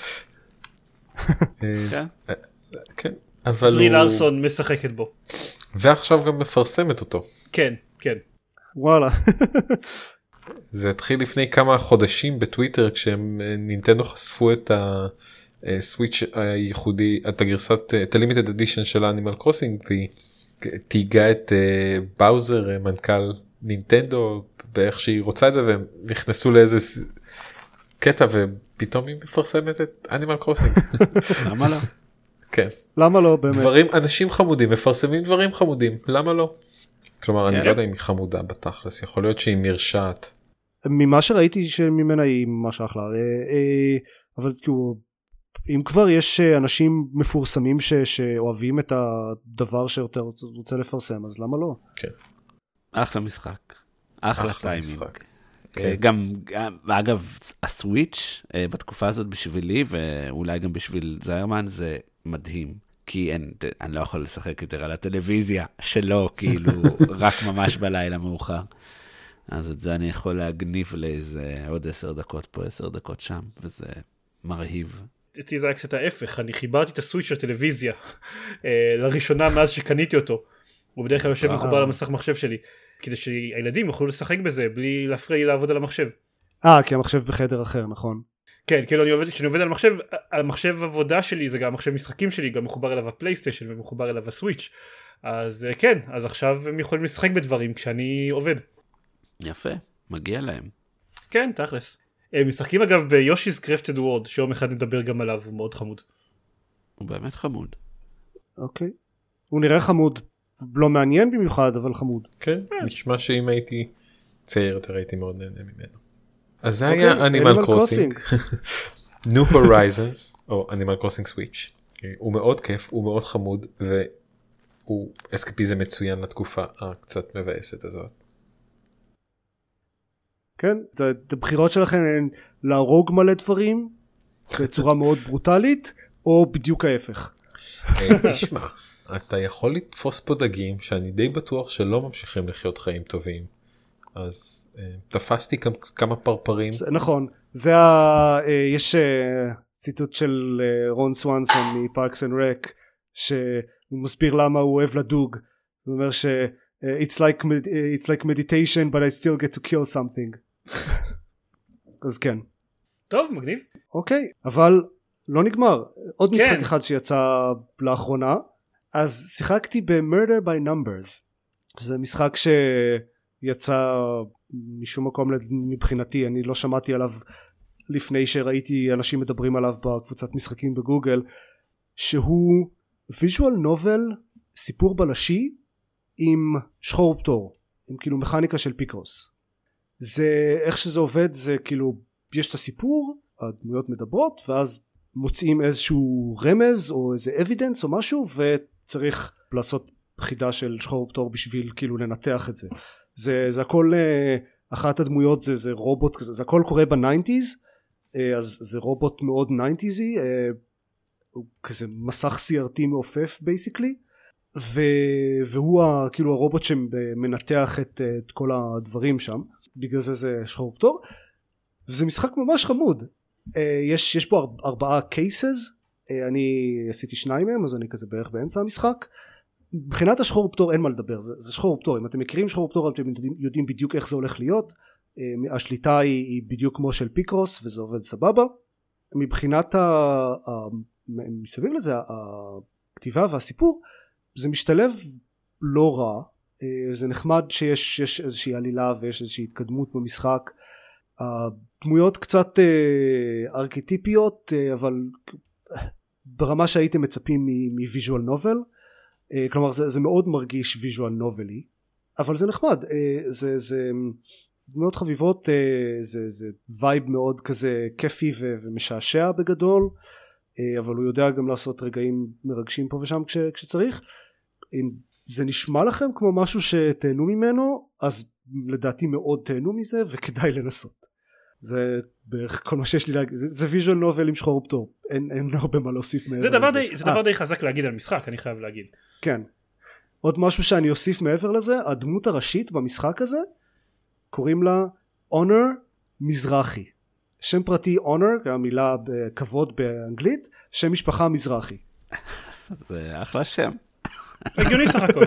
כן. אבל ברי לארסון משחקת בו. ועכשיו גם מפרסמת אותו. כן, כן. וואלה. זה התחיל לפני כמה חודשים בטוויטר, כשהם נינטנדו חשפו את הסוויץ' הייחודי, את הגרסת, את הלימיטד אדישן של אנימל קרוסינג, והיא תיגע את באוזר, מנכ"ל נינטנדו, באיך שהיא רוצה את זה, והם נכנסו לאיזה קטע, ופתאום היא מפרסמת את אנימל קרוסינג. למה לא? כן. למה לא באמת? דברים, אנשים חמודים מפרסמים דברים חמודים, למה לא? כלומר, אני לא יודע אם היא חמודה בתכלס, יכול להיות שהיא מרשעת. ממה שראיתי שממנה היא ממש אחלה, אבל כאילו, אם כבר יש אנשים מפורסמים שאוהבים את הדבר שיותר רוצה לפרסם, אז למה לא? כן. אחלה משחק, אחלה טיימינג. גם, אגב, הסוויץ' בתקופה הזאת בשבילי, ואולי גם בשביל זיירמן, זה מדהים. כי אני לא יכול לשחק יותר על הטלוויזיה שלו, כאילו רק ממש בלילה מאוחר. אז את זה אני יכול להגניב לאיזה עוד 10 דקות פה, 10 דקות שם, וזה מרהיב. אצלי זה היה קצת ההפך, אני חיברתי את הסוויץ' של הטלוויזיה, לראשונה מאז שקניתי אותו. הוא בדרך כלל יושב מחובר למסך מחשב שלי, כדי שהילדים יוכלו לשחק בזה, בלי להפריע לי לעבוד על המחשב. כי המחשב בחדר אחר, נכון. כן, כאילו כשאני עובד על מחשב עבודה שלי, זה גם מחשב משחקים שלי, גם מחובר אליו הפלייסטיישן ומחובר אליו הסוויץ'. אז כן, אז עכשיו הם יכולים לשחק בדברים כשאני עובד. יפה, מגיע להם. כן, תכלס. הם משחקים אגב ביושי's Crafted World, שיום אחד נדבר גם עליו, הוא מאוד חמוד. הוא באמת חמוד. אוקיי. הוא נראה חמוד, לא מעניין במיוחד, אבל חמוד. כן, נשמע שאם הייתי צעיר יותר הייתי מאוד נהנה ממנו. אז זה היה אנימל קרוסינג, New Horizons, או אנימל קרוסינג סוויץ'. הוא מאוד כיף, הוא מאוד חמוד, והוא אסקפיזם מצוין לתקופה הקצת מבאסת הזאת. כן, הבחירות שלכם הן להרוג מלא דברים, בצורה מאוד ברוטלית, או בדיוק ההפך. תשמע, אתה יכול לתפוס פה דגים, שאני די בטוח שלא ממשיכים לחיות חיים טובים. אז תפסתי כמה פרפרים. נכון, יש ציטוט של רון סואנסון מפארקס אנד רק, שהוא מסביר למה הוא אוהב לדוג. הוא אומר ש it's like meditation but I still get to kill something. אז כן. טוב, מגניב. אוקיי, אבל לא נגמר. עוד משחק אחד שיצא לאחרונה, אז שיחקתי ב-Murder by Numbers. זה משחק שיצא משום מקום מבחינתי, אני לא שמעתי עליו לפני שראיתי אנשים מדברים עליו בקבוצת משחקים בגוגל, שהוא ויז'ואל נובל, סיפור בלשי עם שחור ופטור, עם כאילו מכניקה של פיקרוס. זה איך שזה עובד, זה כאילו יש את הסיפור, הדמויות מדברות, ואז מוצאים איזשהו רמז או איזה אבידנס או משהו, וצריך לעשות חידה של שחור ופטור בשביל כאילו לנתח את זה. זה הכל, אחת הדמויות זה רובוט כזה, זה הכל קורה ב-90s, אז זה רובוט מאוד 90sי, הוא כזה מסך CRT מעופף בייסיקלי, והוא כאילו הרובוט שמנתח את כל הדברים שם, בגלל זה שחור ופטור, וזה משחק ממש חמוד. יש פה 4 cases, אני עשיתי 2 מהם, אז אני כזה בערך באמצע המשחק. מבחינת השחור ופטור אין מה לדבר, זה שחור ופטור, אם אתם מכירים שחור ופטור אתם יודעים בדיוק איך זה הולך להיות, השליטה היא בדיוק כמו של פיקרוס וזה עובד סבבה. מבחינת מסביב לזה הכתיבה והסיפור זה משתלב לא רע, זה נחמד שיש איזושהי עלילה ויש איזושהי התקדמות במשחק, הדמויות קצת ארכיטיפיות אבל ברמה שהייתם מצפים מוויז'ואל נובל, כלומר זה מאוד מרגיש ויז'ואל נובלי, אבל זה נחמד, זה דמויות חביבות, זה וייב מאוד כזה כיפי ומשעשע בגדול, אבל הוא יודע גם לעשות רגעים מרגשים פה ושם כשצריך. אם זה נשמע לכם כמו משהו שתהנו ממנו, אז לדעתי מאוד תהנו מזה וכדאי לנסות. זה בערך כל מה שיש לי להגיד, זה ויז'ואל נובל עם שחור ופטור, אין הרבה מה להוסיף מעבר לזה. זה דבר די חזק להגיד על משחק, אני חייב להגיד. כן. עוד משהו שאני אוסיף מעבר לזה, הדמות הראשית במשחק הזה, קוראים לה אונר מזרחי. שם פרטי אונר, המילה כבוד באנגלית, שם משפחה מזרחי. זה אחלה שם. הגיוני סך הכל.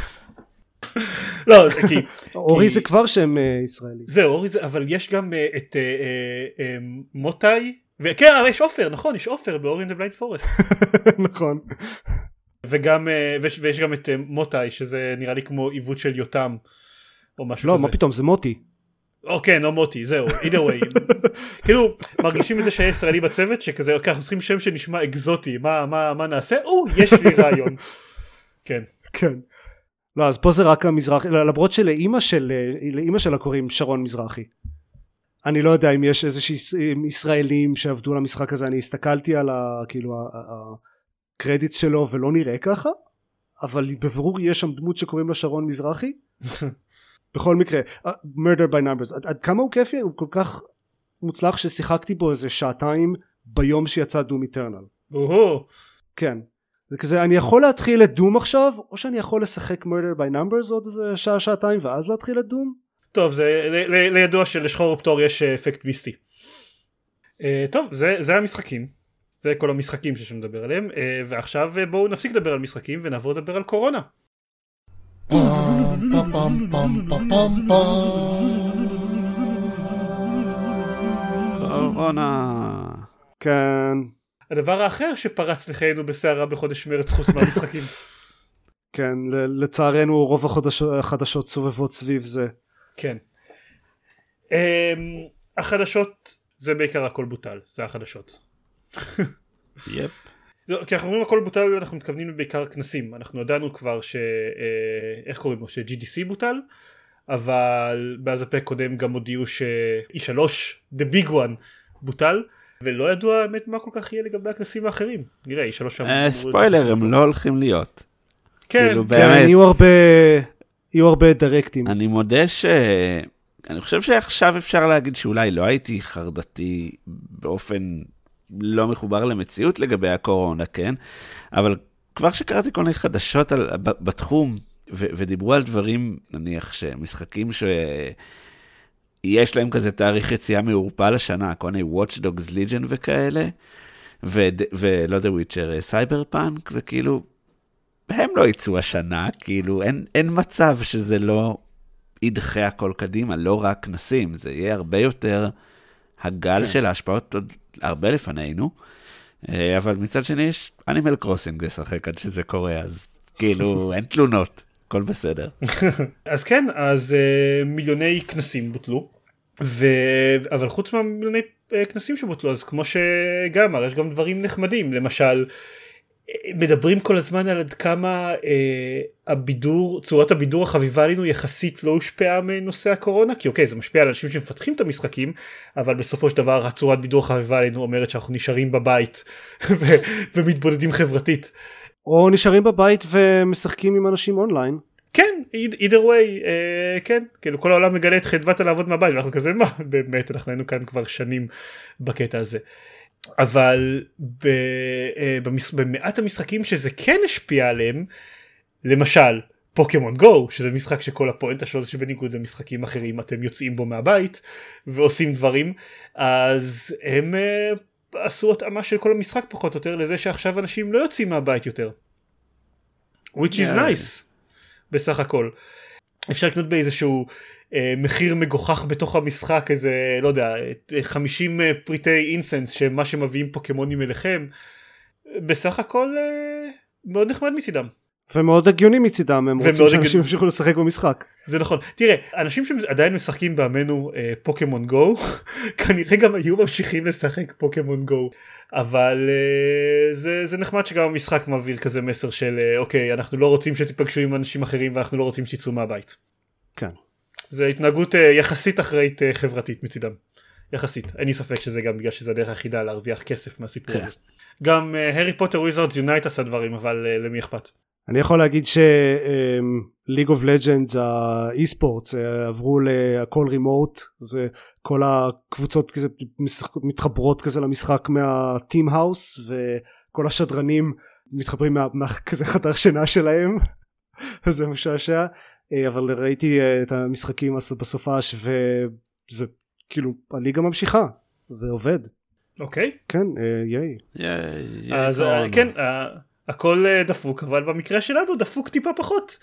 לא, כי אורי זה כבר שם ישראלי. זהו, אורי זה, אבל יש גם את מוטאי, וכן, יש אופר, נכון, יש אופר באורי אנד דה בליינד פורסט. נכון. וגם, ויש גם את מוטאי, שזה נראה לי כמו עיוות של יותם, או משהו כזה. לא, מה פתאום, זה מוטי. או כן, או מוטי, זהו, either way. כאילו, מרגישים את זה שהיה ישראלי בצוות, שכזה, אוקיי, אנחנו צריכים שם שנשמע אקזוטי, מה נעשה? יש לי רעיון. כן. כן. לא, אז פה זה רק המזרחי, למרות שלאמא שלה קוראים שרון מזרחי. אני לא יודע אם יש איזושהי ישראלים שעבדו על המשחק הזה, אני הסתכלתי על כאילו הקרדיט שלו ולא נראה ככה, אבל בבירור יש שם דמות שקוראים לה שרון מזרחי. בכל מקרה, Murder by Numbers, עד כמה הוא כיפי, הוא כל כך מוצלח ששיחקתי בו איזה 2 שעתיים ביום שיצא דום איטרנל. כן. זה כזה, אני יכול להתחיל את דום עכשיו, או שאני יכול לשחק Murder by Numbers עוד איזה 1-2 שעות ואז להתחיל את דום? טוב, זה לידוע שלשחור ופטור יש אפקט מיסטי. טוב, זה המשחקים. זה כל המשחקים שנדבר עליהם, ועכשיו בואו נפסיק לדבר על משחקים ונעבור לדבר על קורונה. קורונה. כן. הדבר האחר שפרץ לחיינו בסערה בחודש מרץ חוץ מהמשחקים. כן, לצערנו רוב החדשות סובבות סביב זה. כן. החדשות זה בעיקר הכל בוטל, זה החדשות. יפ. כי אנחנו אומרים הכל בוטל, אנחנו מתכוונים בעיקר כנסים. אנחנו ידענו כבר איך קוראים לו? ש-GDC בוטל, אבל באז הפרק קודם גם הודיעו ש-E3, the big one, בוטל. ולא ידוע האמת מה כל כך יהיה לגבי הכנסים האחרים. נראה, ספוילר, הם לא הולכים להיות. כן, יהיו הרבה דירקטים. אני מודה אני חושב שעכשיו אפשר להגיד שאולי לא הייתי חרדתי באופן לא מחובר למציאות לגבי הקורונה, כן? אבל כבר שקראתי כל מיני חדשות בתחום, ודיברו על דברים, נניח שמשחקים יש להם כזה תאריך יציאה מעורפל לשנה, כל מיני Watch Dogs Legion וכאלה, ולא יודע וויצ'ר, סייבר פאנק, וכאילו, הם לא יצאו השנה, כאילו, אין מצב שזה לא ידחה הכל קדימה, לא רק כנסים, זה יהיה הרבה יותר הגל של ההשפעות עוד הרבה לפנינו, אבל מצד שני יש אנימל קרוסינג לשחק עד שזה קורה, אז כאילו, אין תלונות. הכל בסדר. אז כן, אז מיליוני כנסים בוטלו, אבל חוץ מהמיליוני כנסים שבוטלו, אז כמו שגם אמר, יש גם דברים נחמדים, למשל, מדברים כל הזמן על עד כמה צורת הבידור החביבה עלינו יחסית לא הושפעה מנושא הקורונה, כי אוקיי, זה משפיע על אנשים שמפתחים את המשחקים, אבל בסופו של דבר הצורת בידור החביבה עלינו אומרת שאנחנו נשארים בבית ומתבודדים חברתית. או נשארים בבית ומשחקים עם אנשים אונליין. כן, either way, כן, כאילו כל העולם מגלה את חדוות לעבוד מהבית, ואנחנו כזה, מה, באמת, אנחנו היינו כאן כבר שנים בקטע הזה. אבל במעט המשחקים שזה כן השפיע עליהם, למשל פוקימון גו, שזה משחק שכל הפואנטה שלו זה שבניגוד למשחקים אחרים אתם יוצאים בו מהבית ועושים דברים, אז הם עשו התאמה של כל המשחק פחות או יותר לזה שעכשיו אנשים לא יוצאים מהבית יותר, which is nice בסך הכל. אפשר לקנות באיזשהו מחיר מגוחך בתוך המשחק, איזה, לא יודע, 50 פריטי אינסנס, שמה שמביאים פוקימונים אליכם, בסך הכל מאוד נחמד מצידם. ומאוד הגיוני מצידם, הם רוצים שאנשים ימשיכו לשחק במשחק. זה נכון. תראה, אנשים שעדיין משחקים בעמנו פוקימון גו, כנראה גם היו ממשיכים לשחק פוקימון גו, אבל זה נחמד שגם המשחק מעביר כזה מסר של, אוקיי, אנחנו לא רוצים שתיפגשו עם אנשים אחרים, ואנחנו לא רוצים שתצאו מהבית. כן. זה התנהגות יחסית אחראית חברתית מצידם. יחסית. אין לי ספק שזה גם בגלל שזה הדרך היחידה להרוויח כסף מהסיפור הזה. גם הארי פוטר וויזארדס יונייט עשה דברים, אבל למי אכפת? אני יכול להגיד שליג אוף לג'נדס האי-ספורטס עברו להכל רימוט, זה כל הקבוצות כזה מתחברות כזה למשחק מהטים האוס, וכל השדרנים מתחברים כזה חדר שינה שלהם, זה משעשע, אבל ראיתי את המשחקים בסופש, וזה כאילו הליגה ממשיכה, זה עובד. אוקיי. כן, ייי. אז כן, הכל דפוק, אבל במקרה שלנו דפוק טיפה פחות.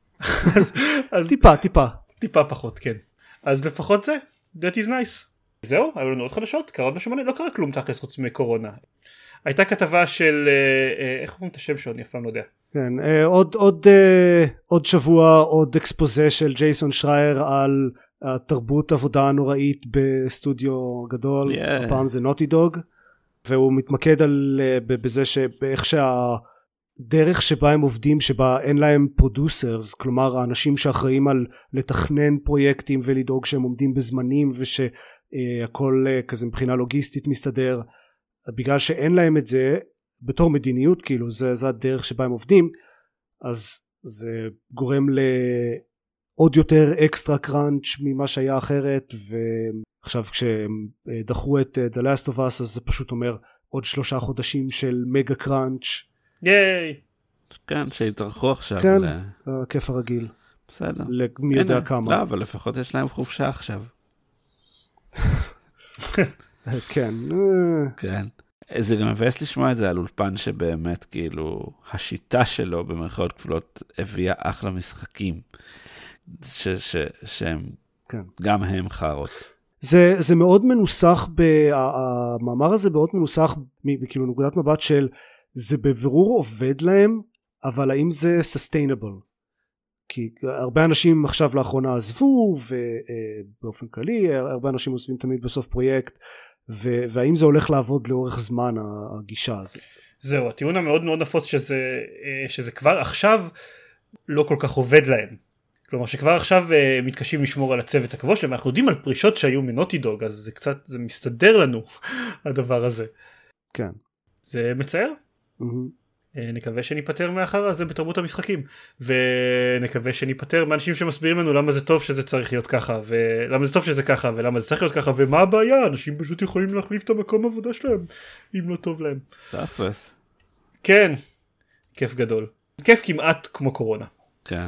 טיפה פחות, כן. אז לפחות זה, that is nice. זהו, היו לנו עוד חדשות, קרה עוד משהו מעניין, לא קרה כלום תכלס חוץ מקורונה. הייתה כתבה של, איך אומרים את השם שלו, אני אף פעם לא יודע. כן, עוד שבוע, עוד אקספוזה של ג'ייסון שרייר על התרבות עבודה הנוראית בסטודיו גדול, הפעם זה נוטי דוג, והוא מתמקד בזה שבאיך דרך שבה הם עובדים, שבה אין להם פרודוסרס, כלומר האנשים שאחראים על לתכנן פרויקטים ולדאוג שהם עומדים בזמנים ושהכל כזה מבחינה לוגיסטית מסתדר, בגלל שאין להם את זה בתור מדיניות, כאילו זה הדרך שבה הם עובדים, אז זה גורם לעוד יותר אקסטרה קראנץ' ממה שהיה אחרת, ועכשיו כשהם דחו את The Last of Us, אז זה פשוט אומר עוד 3 חודשים של מגה קראנץ'. ייי. כן, שהתארחו עכשיו. כן, הכיף הרגיל. בסדר. מי יודע כמה. לא, אבל לפחות יש להם חופשה עכשיו. כן. כן. זה גם מבאס לשמוע את זה על אולפן שבאמת כאילו השיטה שלו במרכאות כפולות הביאה אחלה משחקים שהם גם הם חרות. זה מאוד מנוסח, המאמר הזה מאוד מנוסח כאילו נקודת מבט של זה בבירור עובד להם, אבל האם זה sustainable? כי הרבה אנשים עכשיו לאחרונה עזבו, ובאופן כללי הרבה אנשים עוזבים תמיד בסוף פרויקט, והאם זה הולך לעבוד לאורך זמן הגישה הזאת? זהו, הטיעון המאוד מאוד נפוץ שזה כבר עכשיו לא כל כך עובד להם. כלומר שכבר עכשיו מתקשים לשמור על הצוות הקבוע שלהם, אנחנו יודעים על פרישות שהיו מנוטי דוג, אז זה מסתדר לנו הדבר הזה. כן. זה מצער. נקווה שניפטר מאחר הזה בתרבות המשחקים, ונקווה שניפטר מאנשים שמסבירים לנו למה זה טוב שזה צריך להיות ככה, ולמה זה טוב שזה ככה, ולמה זה צריך להיות ככה, ומה הבעיה, אנשים פשוט יכולים להחליף את המקום עבודה שלהם אם לא טוב להם. תכלס. כן, כיף גדול, כיף כמעט כמו קורונה. כן.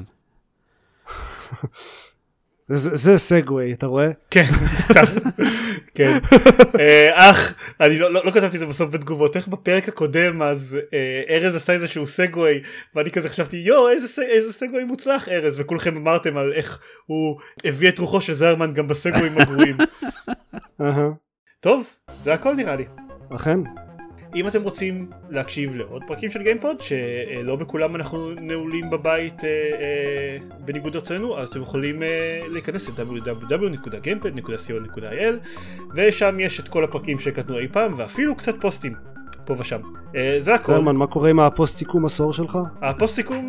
זה סגווי, אתה רואה? כן, סתם. כן. אני לא כתבתי את זה בסוף בתגובות, איך בפרק הקודם אז ארז עשה איזשהו סגווי, ואני כזה חשבתי, יו, איזה סגווי מוצלח ארז, וכולכם אמרתם על איך הוא הביא את רוחו של זרמן גם בסגוויים הגרועים. טוב, זה הכל נראה לי. אכן. אם אתם רוצים להקשיב לעוד פרקים של גיימפוד, שלא בכולם אנחנו נעולים בבית בניגוד ארצנו, אז אתם יכולים להיכנס ל-www.gamepod.co.il, ושם יש את כל הפרקים שהקלטנו אי פעם, ואפילו קצת פוסטים פה ושם. זה הכל. זלמן, מה קורה עם הפוסט סיכום עשור שלך? הפוסט סיכום,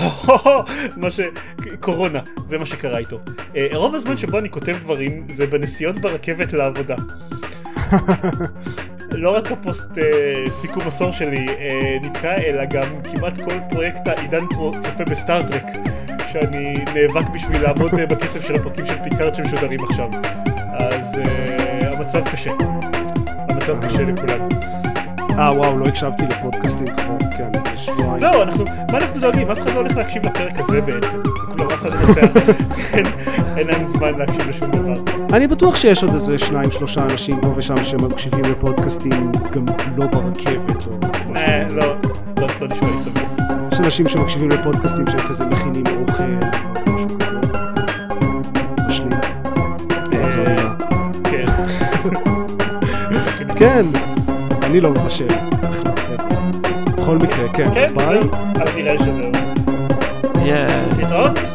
קורונה, זה מה שקרה איתו. רוב הזמן שבו אני כותב דברים זה בנסיעות ברכבת לעבודה. לא רק הפוסט סיכום עשור שלי נתקע, אלא גם כמעט כל פרויקט העידן צופה בסטארטרק, שאני נאבק בשביל לעמוד בקצב של הפרקים של פיקארד שמשודרים עכשיו. אז המצב קשה. המצב קשה לכולנו. וואו, לא הקשבתי לפודקאסטים כבר, כן, זה שבועיים. זהו, מה אנחנו דואגים? אף אחד לא הולך להקשיב לפרק הזה בעצם. כלומר, אף אחד לא נוסע, אין לנו זמן להקשיב לשום דבר. אני בטוח שיש עוד איזה 2-3 אנשים פה ושם שמקשיבים לפודקאסטים גם לא ברכבת או משהו כזה. לא נשמע לי סביר. יש אנשים שמקשיבים לפודקאסטים שהם כזה מכינים אוכל או משהו כזה. משלים. כן. כן. אני לא מבשל. בכל מקרה, כן. אז ביי. אז נראה שזהו. להתראות.